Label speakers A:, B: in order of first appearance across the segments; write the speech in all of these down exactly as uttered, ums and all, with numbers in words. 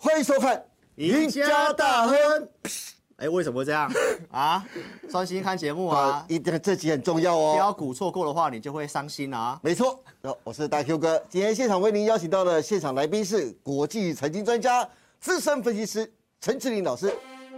A: 欢迎收看《
B: 赢家大亨》。哎，为什么会这样啊？专心看节目啊！
A: 一定这集很重要哦。
B: 标股错过的话，你就会伤心啊。
A: 没错，我是大 Q 哥。今天现场为您邀请到的现场来宾是国际财经专家、资深分析师陈志霖老师。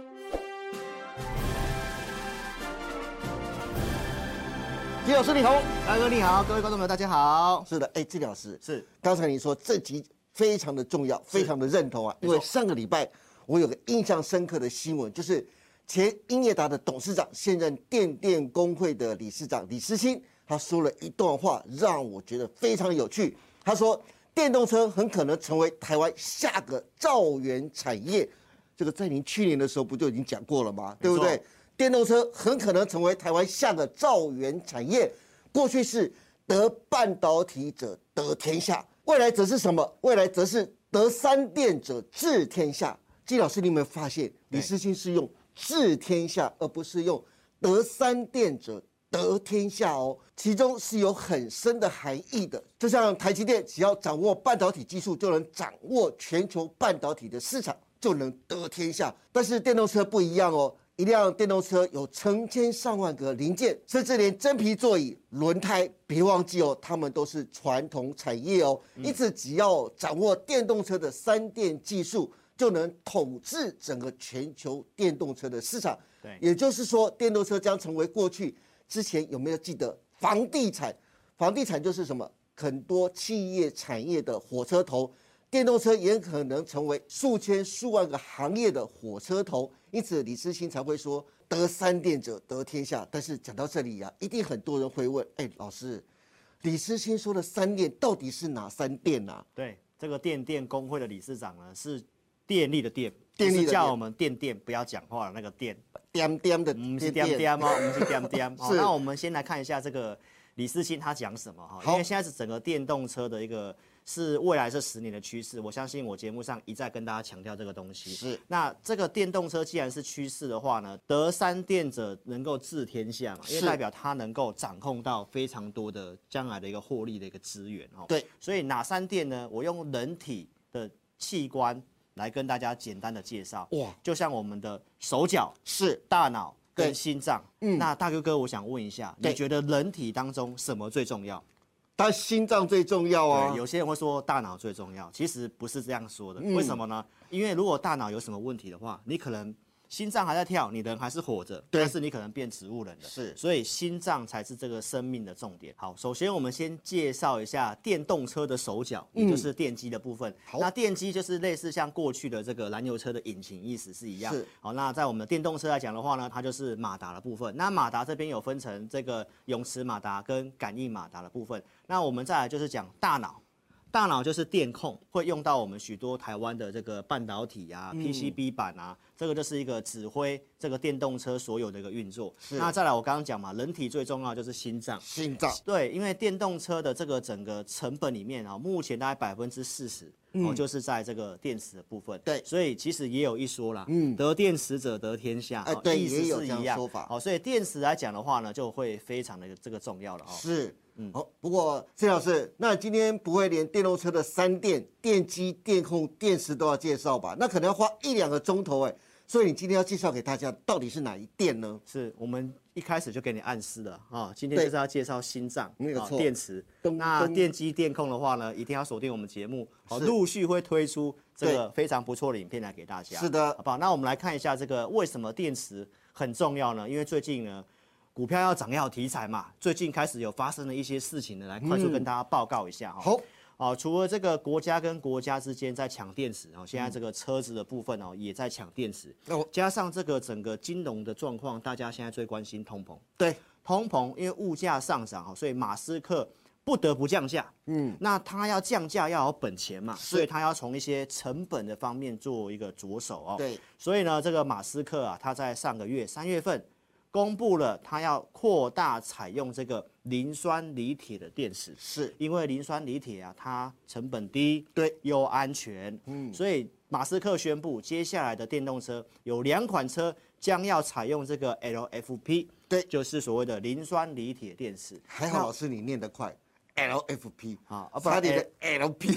A: 季老师你好，
B: 大哥你好，各位观众朋友大家好。
A: 是的，哎，季老师
B: 是
A: 刚才你说这集非常的重要，非常的认同啊，因为上个礼拜我有个印象深刻的新闻，就是前英业达的董事长，现任电电工会的理事长李思清，他说了一段话，让我觉得非常有趣。他说，电动车很可能成为台湾下个兆元产业。这个在您去年的时候不就已经讲过了吗？对不对？电动车很可能成为台湾下个兆元产业。过去是得半导体者得天下，未来则是什么？未来则是得三电者治天下。季老师，你有没有发现李思清是用治天下，而不是用得三电者得天下哦？其中是有很深的含义的。就像台积电，只要掌握半导体技术，就能掌握全球半导体的市场，就能得天下。但是电动车不一样哦。一辆电动车有成千上万个零件，甚至连真皮座椅、轮胎，别忘记哦，它们都是传统产业哦。因此，只要掌握电动车的三电技术，就能统治整个全球电动车的市场。
B: 对，
A: 也就是说，电动车将成为过去之前有没有记得房地产？房地产就是什么？很多企业产业的火车头。电动车也可能成为数千数万个行业的火车头，因此李思清才会说得三电者得天下。但是讲到这里啊，一定很多人会问：哎，老师，李思清说的三电到底是哪三电啊？
B: 对，这个电电工会的理事长呢是电力的电，
A: 电力的电，
B: 是叫我们电电不要讲话的那个电，
A: 点点的，
B: 不是点点哦，不是点点。
A: 是。
B: 那我们先来看一下这个李思清他讲什么哈，因为现在是整个电动车的一个。是未来这十年的趋势，我相信我节目上一再跟大家强调这个东西。
A: 是，
B: 那这个电动车既然是趋势的话呢，得三电者能够治天下嘛，因为代表它能够掌控到非常多的将来的一个获利的一个资源哦。
A: 对，
B: 所以哪三电呢？我用人体的器官来跟大家简单的介绍。哇，就像我们的手脚
A: 是
B: 大脑跟心脏。
A: 嗯，
B: 那大哥哥，我想问一下，你觉得人体当中什么最重要？
A: 但心脏最重要啊！
B: 有些人会说大脑最重要，其实不是这样说的。嗯、为什么呢？因为如果大脑有什么问题的话，你可能心脏还在跳，你人还是活着，但是你可能变植物人了。
A: 是，
B: 所以心脏才是这个生命的重点。好，首先我们先介绍一下电动车的手脚，也就是电机的部分。嗯、那电机就是类似像过去的这个燃油车的引擎，意思是一样。
A: 是。
B: 好，那在我们的电动车来讲的话呢，它就是马达的部分。那马达这边有分成这个永磁马达跟感应马达的部分。那我们再来就是讲大脑。大脑就是电控，会用到我们许多台湾的这个半导体啊、嗯、P C B 板啊，这个就是一个指挥这个电动车所有的一个运作。那再来，我刚刚讲嘛，人体最重要就是心脏。
A: 心脏。对，
B: 因为电动车的这个整个成本里面啊，目前大概百分之四十。哦，就是在这个电池的部分，
A: 对，
B: 所以其实也有一说啦，嗯，得电池者得天下，
A: 哎，对，
B: 意思是一样
A: 也有这样说法，
B: 好，所以电池来讲的话呢，就会非常的这个重要了哦。
A: 是，嗯，好，不过谢老师，那今天不会连电动车的三电、电机、电控、电池都要介绍吧？那可能要花一两个钟头哎，所以你今天要介绍给大家到底是哪一电呢？
B: 是我们一开始就给你暗示了啊，今天就是要介绍心脏，
A: 没有错，
B: 电池。那电机电控的话呢，一定要锁定我们节目，好，陆续会推出这个非常不错的影片来给大家。
A: 是的，
B: 好不好？那我们来看一下这个为什么电池很重要呢？因为最近呢，股票要涨要题材嘛，最近开始有发生了一些事情呢，来快速跟大家报告一下哈。
A: 好。
B: 哦，除了这个国家跟国家之间在抢电池哦，现在这个车子的部分哦也在抢电池，哦、加上这个整个金融的状况，大家现在最关心通膨。
A: 对，
B: 通膨因为物价上涨哦，所以马斯克不得不降价。嗯，那他要降价要有本钱嘛，所以他要从一些成本的方面做一个着手哦。
A: 对，
B: 所以呢，这个马斯克啊，他在上个月三月份。公布了，它要扩大采用这个磷酸锂铁的电池，
A: 是
B: 因为磷酸锂铁啊，它成本低，
A: 对，
B: 又安全，嗯，所以马斯克宣布，接下来的电动车有两款车将要采用这个 L F P，
A: 对，
B: 就是所谓的磷酸锂铁电池。
A: 还好老师你念得快 L F P，
B: 好，
A: 差点的 L P，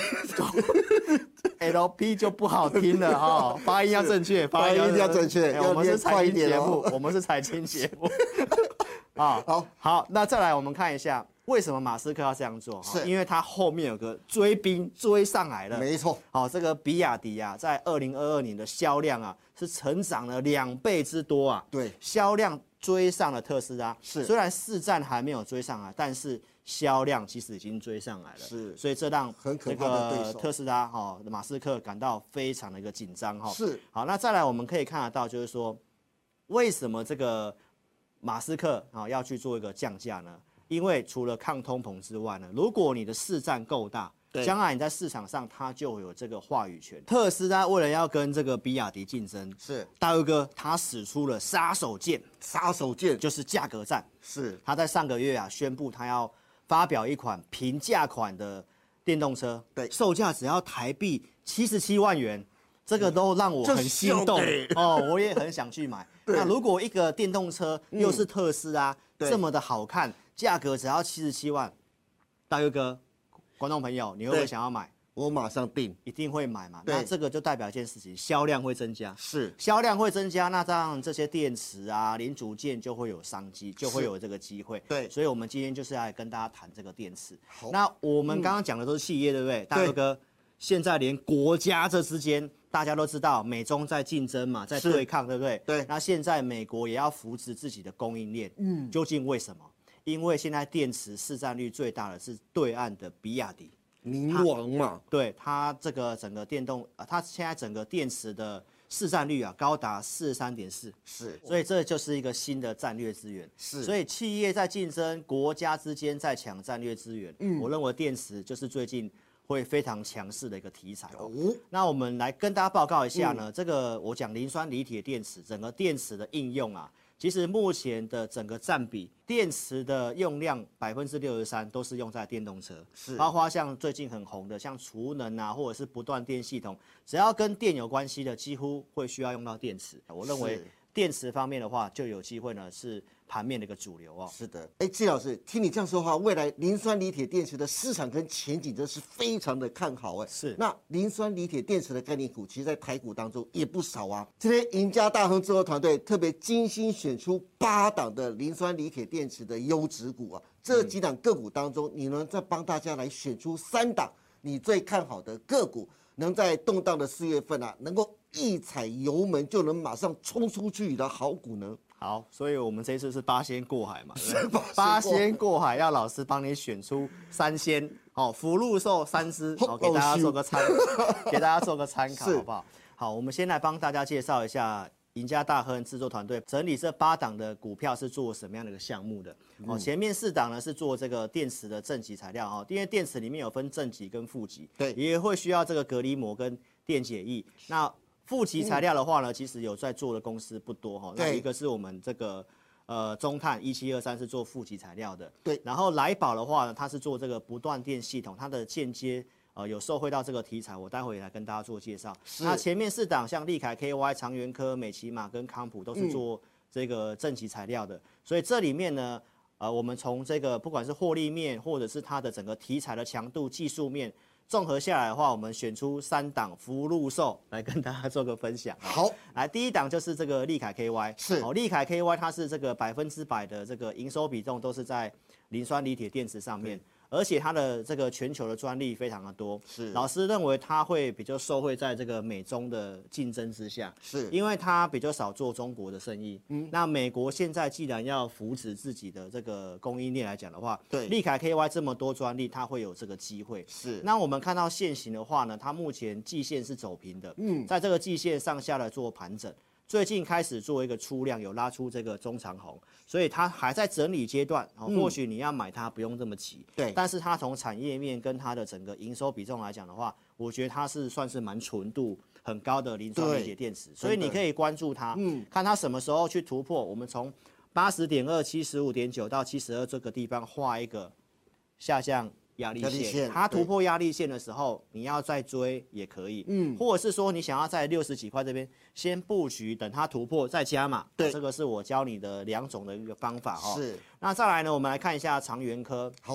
B: L P 就不好听了哈，发音要正确，
A: 发音一定要正确，
B: 我们是财经节目，
A: 哦、
B: 我们是财经节目。啊，好，好，那再来我们看一下，为什么马斯克要这样做？是因为他后面有个追兵追上来了。
A: 没错，
B: 好，这个比亚迪啊，在二零二二年的销量啊，是成长了两倍之多啊。
A: 对，
B: 销量追上了特斯拉。
A: 是，
B: 虽然市占还没有追上来，但是销量其实已经追上来了。
A: 是，
B: 所以这让
A: 很可怕的对手
B: 特斯拉哈、哦，马斯克感到非常的一个紧张哈。
A: 是，
B: 好，那再来我们可以看得到，就是说为什么这个马斯克啊要去做一个降价呢？因为除了抗通膨之外呢，如果你的市占够大，将来你在市场上它就有这个话语权。特斯拉为了要跟这个比亚迪竞争，
A: 是
B: 大佑哥他使出了杀手锏，
A: 杀手锏
B: 就是价格战。
A: 是
B: 他在上个月啊宣布他要发表一款平价款的电动车，
A: 对，
B: 售价只要台币七十七万元。这个都让我很心动哦，我也很想去买。那如果一个电动车又是特斯拉、嗯、这么的好看，价格只要七十七万，大佑哥，观众朋友，你会不会想要买？
A: 我马上订，
B: 一定会买嘛。那这个就代表一件事情，销量会增加。
A: 是，
B: 销量会增加，那这样这些电池啊、零组件就会有商机，就会有这个机会。
A: 对，
B: 所以我们今天就是来跟大家谈这个电池。好，那我们刚刚讲的都是企业，对不对？大佑哥，现在连国家这之间。大家都知道，美中在竞争嘛，在对抗，对不对？
A: 对。
B: 那现在美国也要扶持自己的供应链，嗯，究竟为什么？因为现在电池市占率最大的是对岸的比亚迪，
A: 名王嘛。
B: 对，它这个整个电动，呃，它现在整个电池的市占率啊，高达四十三点四，
A: 是。
B: 所以这就是一个新的战略资源。
A: 是。
B: 所以企业在竞争，国家之间在抢战略资源。嗯，我认为电池就是最近会非常强势的一个题材哦。那我们来跟大家报告一下呢，嗯、这个我讲磷酸锂铁电池，整个电池的应用啊，其实目前的整个占比，电池的用量百分之六十三都是用在电动车，是包括像最近很红的像储能啊，或者是不断电系统，只要跟电有关系的，几乎会需要用到电池。我认为电池方面的话，就有机会呢是盘面的一个主流哦。
A: 是的，哎，季老师，听你这样说的话，未来磷酸锂铁电池的市场跟前景真是非常的看好哎。
B: 是，
A: 那磷酸锂铁电池的概念股，其实在台股当中也不少啊。今天赢家大亨制作团队特别精心选出八档的磷酸锂铁电池的优质股啊，这几档个股当中，你能再帮大家来选出三档你最看好的个股，能在动荡的四月份啊，能够一踩油门就能马上冲出去的好股呢？
B: 好，所以我们这一次是八仙过海嘛，八仙过海要老师帮你选出三仙，好，福禄寿三只，好，给大家做个参，给大家做个参考，好不好？好，我们先来帮大家介绍一下赢家大亨制作团队整理这八档的股票是做什么样的一个项目的。哦，前面四档呢是做这个电池的正极材料哦，因为电池里面有分正极跟负极，对，也会需要这个隔离膜跟电解液。那负极材料的话呢，其实有在做的公司不多哈。那一个是我们这个呃中碳一七二三是做负极材料的，对。然后来宝的话呢，它是做这个不断电系统，它的间接呃有受惠到这个题材，我待会也来跟大家做介绍。那前面四档像利凯 K Y、长源科、美骑马跟康普都是做这个正极材料的，嗯、所以这里面呢，呃，我们从这个不管是获利面，或者是它的整个题材的强度、技术面。综合下来的话，我们选出三档福禄寿来跟大家做个分享。
A: 好，
B: 来第一档就是这个利凯 K Y，
A: 是
B: 哦，利凯 K Y 它是这个百分之百的这个营收比重都是在磷酸锂铁电池上面。而且它的这个全球的专利非常的多，是老师认为它会比较受惠在这个美中的竞争之下，是因为它比较少做中国的生意。嗯，那美国现在既然要扶持自己的这个供应链来讲的话，对，利凯 K Y 这么多专利，它会有这个机会。是，那我们看到现行的话呢，它目前季线是走平的，嗯，在这个季线上下来做盘整。最近开始做一个出量，有拉出这个中长红，所以它还在整理阶段。哦，或许你要买它不用这么急，对。但是它从产业面跟它的整个营收比重来讲的话，我觉得它是算是蛮纯度很高的磷酸锂铁电池，所以你可以关注它，嗯，看它什么时候去突破。我们从八十点二、七十五点九到七十二这个地方画一个下降压力线，它突破压力线的时候，你要再追也可以，嗯，或者是说你想要在六十几块这边先布局，等它突破再加码，对，这个是我教你的两种的一个方法哦。是，那再来呢，我们来看一下长源科，好，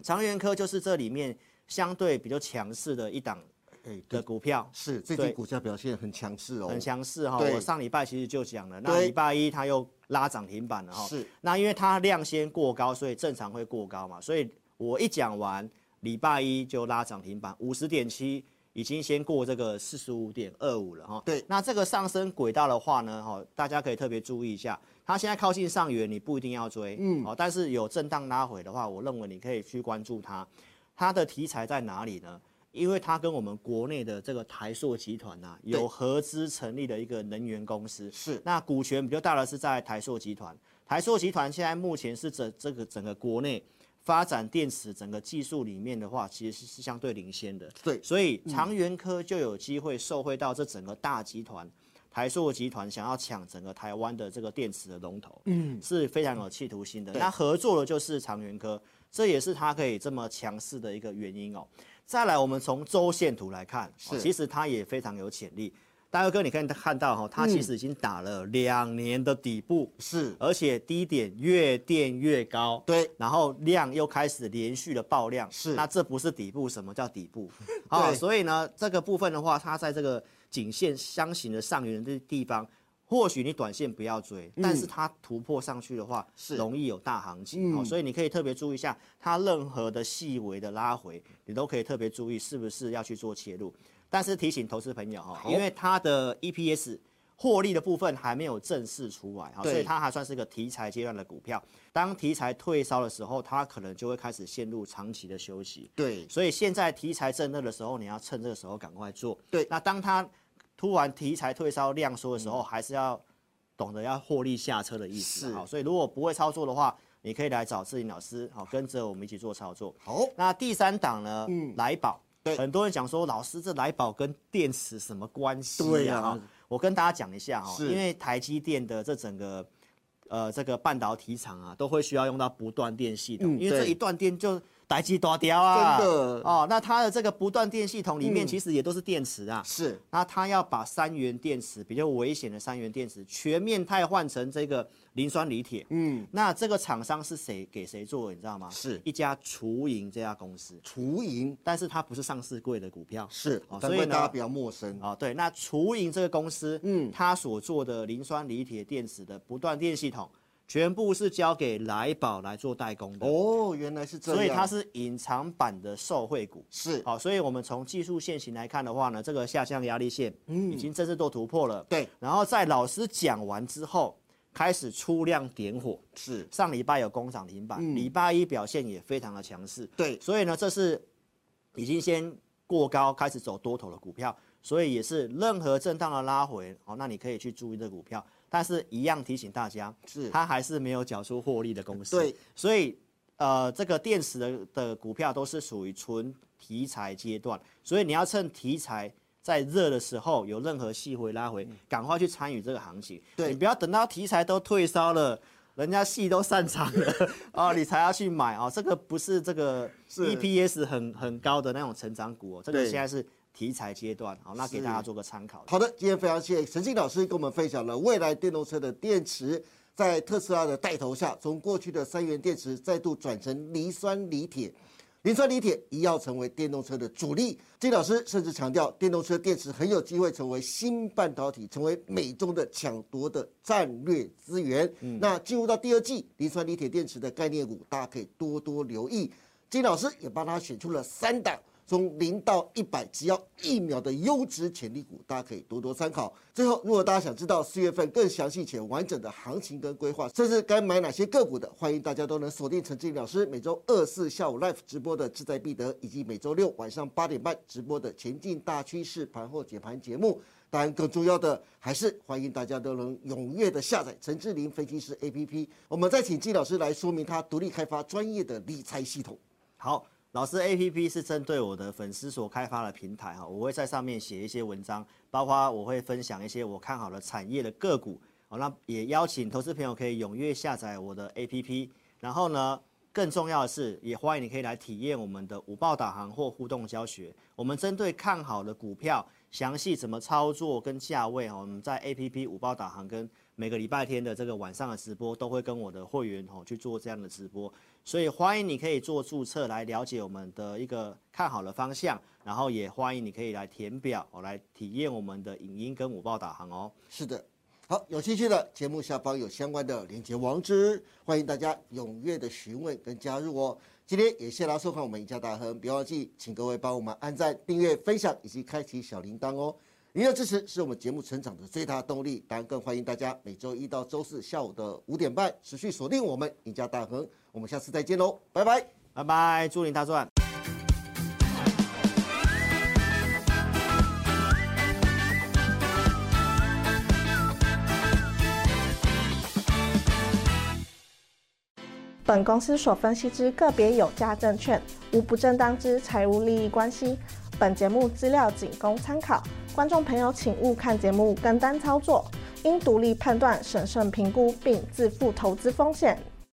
B: 长源科就是这里面相对比较强势的一档的股票，
A: 是最近股价表现很强势哦，
B: 很强势哈。我上礼拜其实就讲了，那礼拜一它又拉涨停板了哈。
A: 是，
B: 那因为它量先过高，所以正常会过高嘛。所以我一讲完，礼拜一就拉涨停板，五十点七。已经先过这个四十五点二五了哈，
A: 对，
B: 那这个上升轨道的话呢，哈，大家可以特别注意一下，它现在靠近上缘，你不一定要追，嗯，哦，但是有震荡拉回的话，我认为你可以去关注它，它的题材在哪里呢？因为它跟我们国内的这个台塑集团呐、啊、有合资成立的一个能源公司，
A: 是，
B: 那股权比较大的是在台塑集团，台塑集团现在目前是整这个整个国内。发展电池整个技术里面的话，其实是相对领先的。
A: 对，
B: 所以长源科就有机会受惠到这整个大集团，台塑集团想要抢整个台湾的这个电池的龙头，嗯，是非常有企图心的。那合作的就是长源科，这也是它可以这么强势的一个原因哦。再来，我们从周线图来看，哦、其实它也非常有潜力。大佑哥，你可以看到哈，它其实已经打了两年的底部，
A: 是、嗯，
B: 而且低点越垫越高，
A: 对，
B: 然后量又开始连续的爆量，
A: 是，
B: 那这不是底部，什么叫底部？啊，所以呢，这个部分的话，它在这个颈线箱型的上缘的地方，或许你短线不要追，嗯、但是它突破上去的话，是容易有大行情，嗯、哦，所以你可以特别注意一下，它任何的细微的拉回，你都可以特别注意是不是要去做切入。但是提醒投资朋友哈，因为它的 E P S 获利的部分还没有正式出来，所以它还算是个题材阶段的股票。当题材退烧的时候，它可能就会开始陷入长期的休息。
A: 对，
B: 所以现在题材正热的时候，你要趁这个时候赶快做。
A: 对，
B: 那当它突然题材退烧量缩的时候，嗯、还是要懂得要获利下车的意思。好，所以如果不会操作的话，你可以来找志霖老师，好，跟着我们一起做操作。
A: 好，
B: 那第三档呢，嗯，来宝。
A: 对，
B: 很多人讲说，老师这来宝跟电池什么关系啊？
A: 对啊，
B: 我跟大家讲一下哈，因为台积电的这整个呃这个半导体厂啊，都会需要用到不断电系统，嗯、因为这一断电就台积大掉啊，
A: 真的
B: 哦，那它的这个不断电系统里面其实也都是电池啊，
A: 嗯、是，
B: 那它要把三元电池比较危险的三元电池全面汰换成这个磷酸锂铁，嗯，那这个厂商是谁给谁做的，你知道吗？
A: 是
B: 一家雏银这家公司，
A: 雏银，
B: 但是它不是上市柜的股票，
A: 是，哦、所以大家比较陌生
B: 啊、哦。对，那雏银这个公司，嗯，它所做的磷酸锂铁电池的不断电系统。全部是交给来宝来做代工的
A: 哦，原来是这样，
B: 所以它是隐藏版的受惠股，
A: 是
B: 好，所以我们从技术线型来看的话呢，这个下降压力线已经正式做突破了，
A: 嗯、对，
B: 然后在老师讲完之后，开始出量点火，
A: 是
B: 上礼拜有攻涨停板，礼、嗯、拜一表现也非常的强势，
A: 对，
B: 所以呢，这是已经先过高开始走多头的股票，所以也是任何震荡的拉回，好，那你可以去注意这股票。但是，一样提醒大家，
A: 是
B: 它还是没有缴出获利的公司。
A: 对，
B: 所以呃，这个电池的的股票都是属于纯题材阶段，所以你要趁题材在热的时候，有任何细回拉回，赶快去参与这个行情。
A: 对，
B: 你不要等到题材都退烧了，人家戏都散场了啊、哦，你才要去买啊、哦。这个不是这个 E P S 很很高的那种成长股哦，这个现在是。题材阶段，好，那给大家做个参考。
A: 好的，今天非常谢谢陈信老师跟我们分享了未来电动车的电池，在特斯拉的带头下，从过去的三元电池再度转成磷酸锂铁，磷酸锂铁一要成为电动车的主力。金老师甚至强调，电动车电池很有机会成为新半导体，成为美中的抢夺的战略资源。嗯、那进入到第二季，磷酸锂铁电池的概念股，大家可以多多留意。金老师也帮他选出了三档。从零到一百只要一秒的优质潜力股，大家可以多多参考。最后，如果大家想知道四月份更详细且完整的行情跟规划，甚至该买哪些个股的，欢迎大家都能锁定陈志霖老师每周二四下午 live 直播的志在必得，以及每周六晚上八点半直播的前进大趋势盘后解盘节目。当然，更重要的还是欢迎大家都能踊跃的下载陈志霖分析师 A P P。我们再请季老师来说明他独立开发专业的理财系统。
B: 好。老师 A P P 是针对我的粉丝所开发的平台哈，我会在上面写一些文章，包括我会分享一些我看好的产业的个股，好，那也邀请投资朋友可以踊跃下载我的 A P P， 然后呢，更重要的是，也欢迎你可以来体验我们的午报导航或互动教学，我们针对看好的股票，详细怎么操作跟价位哈，我们在 A P P 午报导航跟每个礼拜天的这个晚上的直播，都会跟我的会员哦去做这样的直播，所以欢迎你可以做注册来了解我们的一个看好的方向，然后也欢迎你可以来填表哦，来体验我们的影音跟午报导航哦。
A: 是的。好，有兴趣的节目下方有相关的连结网址，欢迎大家踊跃的询问跟加入哦。今天也谢谢大家收看我们赢家大亨，别忘记请各位帮我们按赞、订阅、分享以及开启小铃铛哦。您的支持是我们节目成长的最大动力，当然更欢迎大家每周一到周四下午的五点半持续锁定我们赢家大亨。我们下次再见喽，拜拜，
B: 拜拜，祝您大赚。
C: 本公司所分析之个别有价证券，无不正当之财务利益关系。本节目资料仅供参考，观众朋友请勿看节目跟单操作，应独立判断、审慎评估，并自负投资风险。